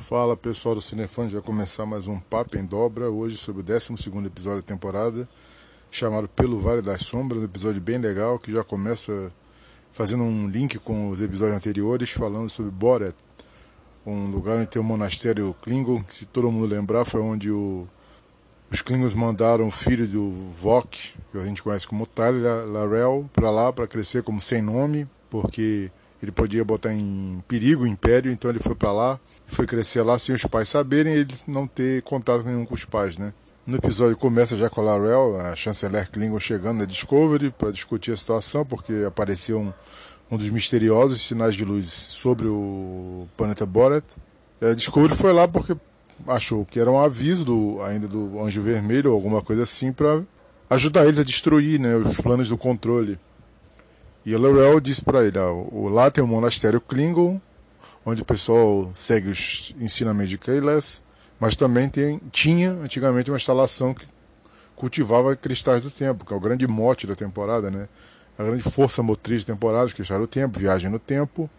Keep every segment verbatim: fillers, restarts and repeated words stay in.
Fala pessoal do Cinefãs, vai começar mais um Papo em Dobra, hoje sobre o décimo segundo episódio da temporada, chamado Pelo Vale das Sombras, um episódio bem legal que já começa fazendo um link com os episódios anteriores, falando sobre Boret, um lugar onde tem o monastério Klingon, que se todo mundo lembrar foi onde o, os Klingons mandaram o filho do Vok, que a gente conhece como Tyler Larel, para lá para crescer como sem nome, porque ele podia botar em perigo o Império, então ele foi para lá, foi crescer lá sem os pais saberem e ele não ter contato nenhum com os pais, né? No episódio começa já com a Larel, a chanceler Klingon, chegando na Discovery para discutir a situação, porque apareceu um, um dos misteriosos sinais de luz sobre o planeta Boret. A Discovery foi lá porque achou que era um aviso do, ainda do Anjo Vermelho ou alguma coisa assim para ajudar eles a destruir, né, os planos do controle. E a Larel disse para ele, ó, lá tem um monastério Klingon, onde o pessoal segue os ensinamentos de Keyles, mas também tem, tinha antigamente uma instalação que cultivava cristais do tempo, que é o grande mote da temporada, né? A grande força motriz da temporada, os cristais do tempo, viagem no tempo.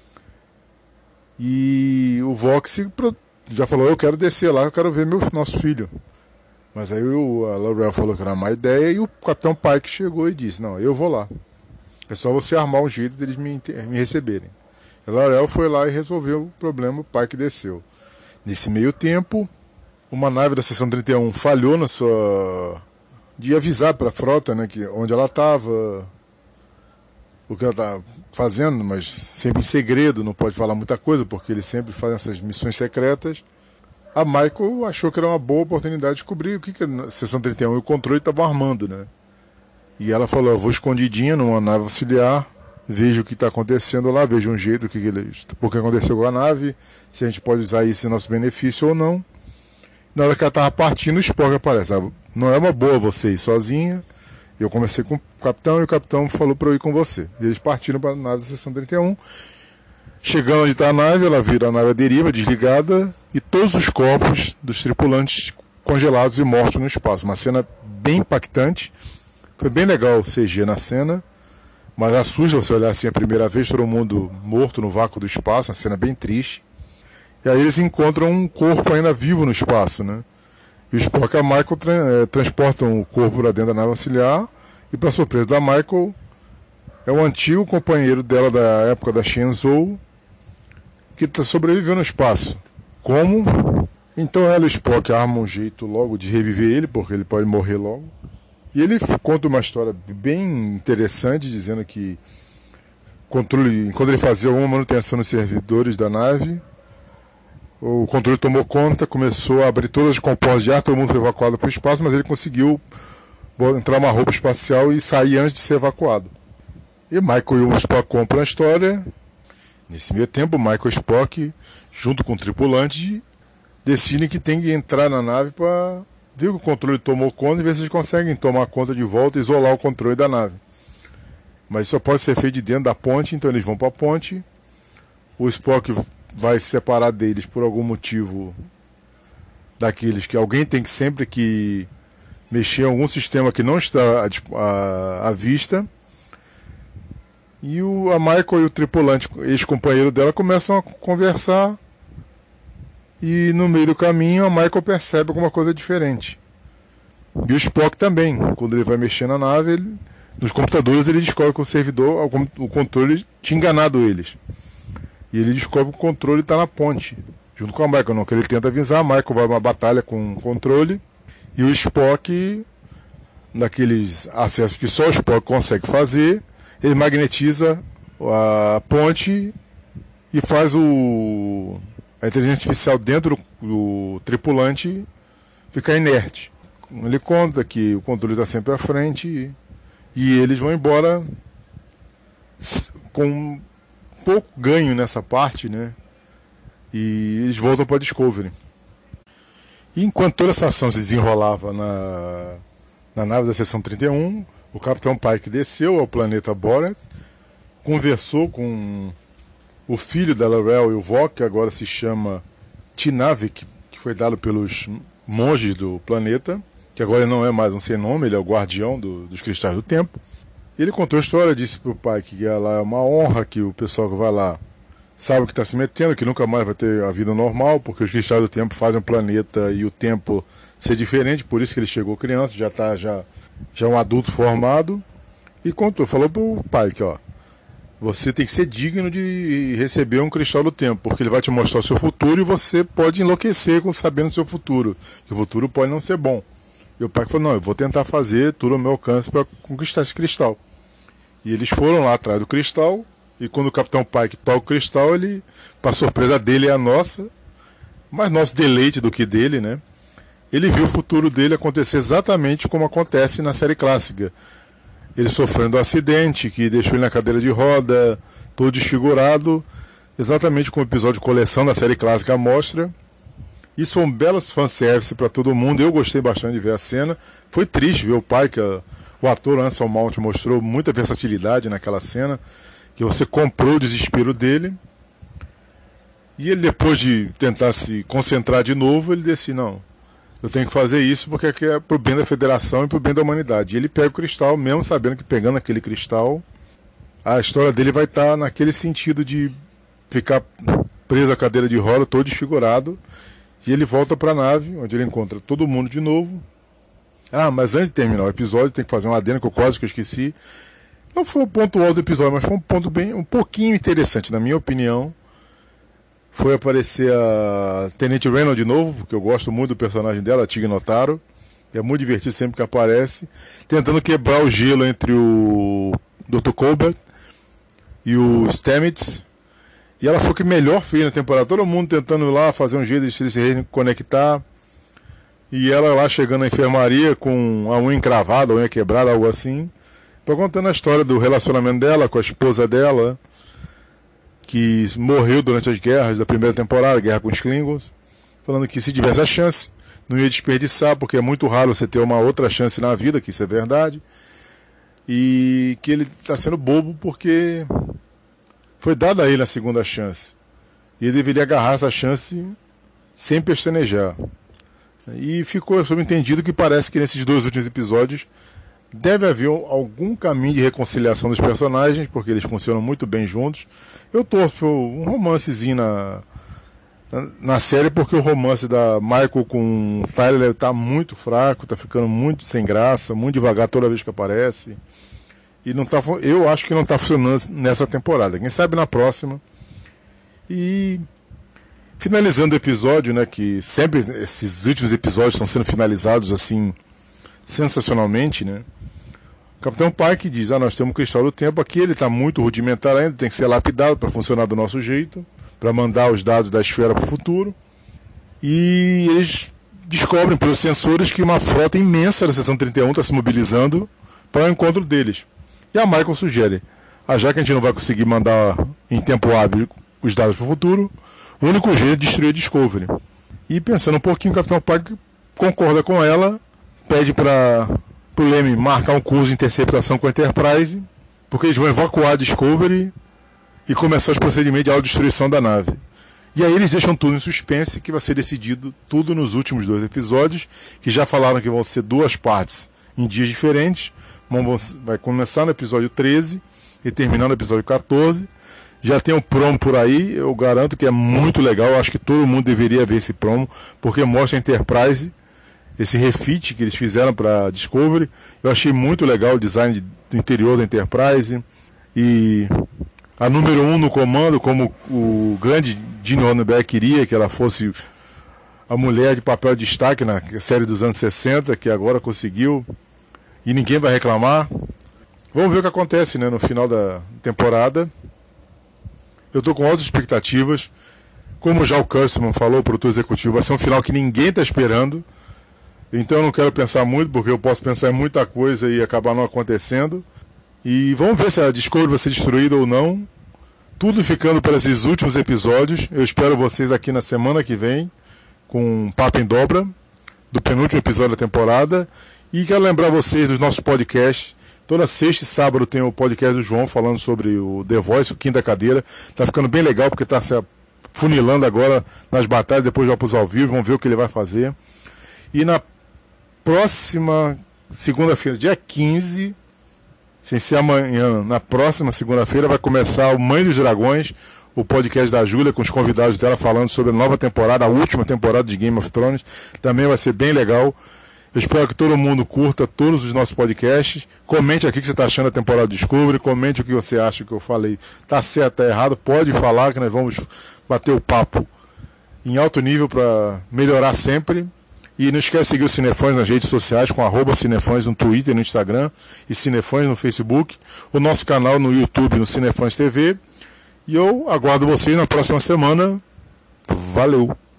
E o Vox já falou, eu quero descer lá, eu quero ver meu, nosso filho. Mas aí o, a Larel falou que era uma má ideia, e o Capitão Pike chegou e disse, não, eu vou lá. É só você armar um jeito deles me, me receberem. A Larel foi lá e resolveu o problema, o Pike desceu. Nesse meio tempo, uma nave da Seção trinta e um falhou na sua... de avisar para a frota, né, que onde ela estava, o que ela estava fazendo, mas sempre em segredo, não pode falar muita coisa, porque eles sempre fazem essas missões secretas. A Michael achou que era uma boa oportunidade de descobrir o que, que a Seção trinta e um e o controle estavam armando, né? E ela falou, eu vou escondidinha numa nave auxiliar, vejo o que está acontecendo lá, vejo um jeito, o que, que eles, por que aconteceu com a nave, se a gente pode usar isso em nosso benefício ou não. Na hora que ela estava partindo, o Spock aparece. Ah, não é uma boa você ir sozinha. Eu conversei com o capitão e o capitão falou para eu ir com você. E eles partiram para a nave da Seção trinta e um. Chegando onde está a nave, ela vira a nave à deriva, desligada, e todos os corpos dos tripulantes congelados e mortos no espaço. Uma cena bem impactante. Foi bem legal o C G na cena, mas assusta você olhar assim a primeira vez, todo mundo morto no vácuo do espaço, uma cena bem triste. E aí eles encontram um corpo ainda vivo no espaço, né? E o Spock e a Michael tra eh, transportam o corpo para dentro da nave auxiliar, e para surpresa da Michael, é um antigo companheiro dela da época da Shenzhou, que sobreviveu no espaço. Como? Então ela e o Spock armam um jeito logo de reviver ele, porque ele pode morrer logo. E ele conta uma história bem interessante, dizendo que controle, enquanto ele fazia alguma manutenção nos servidores da nave, o controle tomou conta, começou a abrir todas as comportas de ar, todo mundo foi evacuado para o espaço, mas ele conseguiu entrar numa roupa espacial e sair antes de ser evacuado. E Michael e o Spock compram a história. Nesse meio tempo, Michael e Spock, junto com o tripulante, decidem que tem que entrar na nave para ver que o controle tomou conta e ver se eles conseguem tomar conta de volta e isolar o controle da nave. Mas isso só pode ser feito de dentro da ponte, então eles vão para a ponte. O Spock vai se separar deles por algum motivo daqueles que alguém tem que sempre que mexer em algum sistema que não está à, à vista. E o, a Michael e o tripulante, ex-companheiro dela, começam a conversar. E no meio do caminho a Michael percebe alguma coisa diferente. E o Spock também, quando ele vai mexer na nave, ele, nos computadores ele descobre que o servidor, o controle tinha enganado eles. E ele descobre que o controle está na ponte, junto com a Michael. Não, que ele tenta avisar, a Michael vai a uma batalha com o controle, e o Spock, naqueles acessos que só o Spock consegue fazer, ele magnetiza a ponte e faz o... a inteligência artificial dentro do, do tripulante fica inerte. Ele conta que o controle está sempre à frente e, e eles vão embora com pouco ganho nessa parte, né? E eles voltam para a Discovery. E enquanto toda essa ação se desenrolava na, na nave da Seção trinta e um, o Capitão Pike desceu ao planeta Boret, conversou com o filho da Larel e o Vok, que agora se chama Tinavik, que foi dado pelos monges do planeta, que agora não é mais um sem nome, ele é o guardião do, dos cristais do tempo. Ele contou a história, disse para o pai que lá é uma honra que o pessoal que vai lá sabe o que está se metendo, que nunca mais vai ter a vida normal, porque os cristais do tempo fazem o planeta e o tempo ser diferente, por isso que ele chegou criança, já está já, já um adulto formado, e contou, falou pro pai que, ó, você tem que ser digno de receber um cristal do tempo, porque ele vai te mostrar o seu futuro e você pode enlouquecer com sabendo o seu futuro, que o futuro pode não ser bom. E o pai falou, não, eu vou tentar fazer tudo ao meu alcance para conquistar esse cristal. E eles foram lá atrás do cristal, e quando o Capitão Pike toca o cristal, ele, para surpresa dele e a nossa, mais nosso deleite do que dele, né? Ele viu o futuro dele acontecer exatamente como acontece na série clássica. Ele sofrendo um acidente que deixou ele na cadeira de roda, todo desfigurado, exatamente como o episódio de coleção da série clássica mostra. Isso foi um belo fanservice para todo mundo. Eu gostei bastante de ver a cena. Foi triste ver o pai, que a, o ator Anselm Mount mostrou muita versatilidade naquela cena, que você comprou o desespero dele. E ele, depois de tentar se concentrar de novo, ele disse, não, eu tenho que fazer isso porque é pro bem da federação e pro bem da humanidade. E ele pega o cristal, mesmo sabendo que pegando aquele cristal, a história dele vai estar naquele sentido de ficar preso à cadeira de roda, todo desfigurado. E ele volta para a nave, onde ele encontra todo mundo de novo. Ah, mas antes de terminar o episódio, tem que fazer uma adenda que eu quase que eu esqueci. Não foi o ponto alto do episódio, mas foi um ponto bem, um pouquinho interessante, na minha opinião. Foi aparecer a Tenente Reynolds de novo, porque eu gosto muito do personagem dela, a Tig Notaro. É muito divertido sempre que aparece. Tentando quebrar o gelo entre o doutor Colbert e o Stamets. E ela foi o que melhor fez na temporada. Todo mundo tentando ir lá fazer um jeito de se reconectar. E ela lá chegando na enfermaria com a unha encravada, a unha quebrada, algo assim. Pra contando a história do relacionamento dela com a esposa dela, que morreu durante as guerras da primeira temporada, guerra com os Klingons. Falando que se tivesse a chance, não ia desperdiçar, porque é muito raro você ter uma outra chance na vida, que isso é verdade. E que ele está sendo bobo porque foi dada a ele a segunda chance. E ele deveria agarrar essa chance sem pestanejar. E ficou subentendido que parece que nesses dois últimos episódios deve haver algum caminho de reconciliação dos personagens, porque eles funcionam muito bem juntos. Eu torço por um romancezinho na, na, na série, porque o romance da Michael com o Tyler está muito fraco, está ficando muito sem graça, muito devagar toda vez que aparece. E não tá, eu acho que não está funcionando nessa temporada. Quem sabe na próxima. E finalizando o episódio, né, que sempre esses últimos episódios estão sendo finalizados assim sensacionalmente, né? O Capitão Pike diz, ah, nós temos um cristal do tempo aqui, ele está muito rudimentar ainda, tem que ser lapidado para funcionar do nosso jeito, para mandar os dados da esfera para o futuro. E eles descobrem pelos sensores que uma frota imensa da Seção trinta e um está se mobilizando para o encontro deles. E a Michael sugere, ah, já que a gente não vai conseguir mandar em tempo hábil os dados para o futuro, o único jeito é destruir a Discovery. E pensando um pouquinho, o Capitão Pike concorda com ela, pede para o Leme marcar um curso de interceptação com a Enterprise, porque eles vão evacuar a Discovery e começar os procedimentos de autodestruição da nave. E aí eles deixam tudo em suspense, que vai ser decidido tudo nos últimos dois episódios, que já falaram que vão ser duas partes em dias diferentes. Vai começar no episódio treze e terminar no episódio quatorze. Já tem um promo por aí, eu garanto que é muito legal, eu acho que todo mundo deveria ver esse promo, porque mostra a Enterprise, esse refit que eles fizeram para Discovery. Eu achei muito legal o design de, do interior da Enterprise, e a número um no comando, como o grande Gene Roddenberry queria, que ela fosse a mulher de papel de destaque na série dos anos sessenta, que agora conseguiu, e ninguém vai reclamar. Vamos ver o que acontece, né, no final da temporada. Eu estou com altas expectativas. Como já o Kurtzman falou, o produtor executivo, vai ser um final que ninguém está esperando. Então eu não quero pensar muito, porque eu posso pensar em muita coisa e acabar não acontecendo. E vamos ver se a Discovery vai ser destruída ou não. Tudo ficando para esses últimos episódios. Eu espero vocês aqui na semana que vem, com um Papo em Dobra, do penúltimo episódio da temporada. E quero lembrar vocês dos nossos podcasts. Toda sexta e sábado tem o podcast do João falando sobre o The Voice, o Quinta Cadeira. Tá ficando bem legal, porque tá se funilando agora nas batalhas, depois vai pros ao vivo, vamos ver o que ele vai fazer. E na próxima segunda-feira, dia quinze, sem ser amanhã, na próxima segunda-feira vai começar o Mãe dos Dragões, o podcast da Júlia com os convidados dela falando sobre a nova temporada, a última temporada de Game of Thrones. Também vai ser bem legal. Eu espero que todo mundo curta todos os nossos podcasts. Comente aqui o que você está achando da temporada do Discovery. Comente o que você acha que eu falei. Tá certo, tá errado. Pode falar que nós vamos bater o papo em alto nível para melhorar sempre. E não esquece de seguir o Cinefãs nas redes sociais com arroba Cinefãs no Twitter e no Instagram e Cinefãs no Facebook. O nosso canal no YouTube no Cinefãs T V. E eu aguardo vocês na próxima semana. Valeu!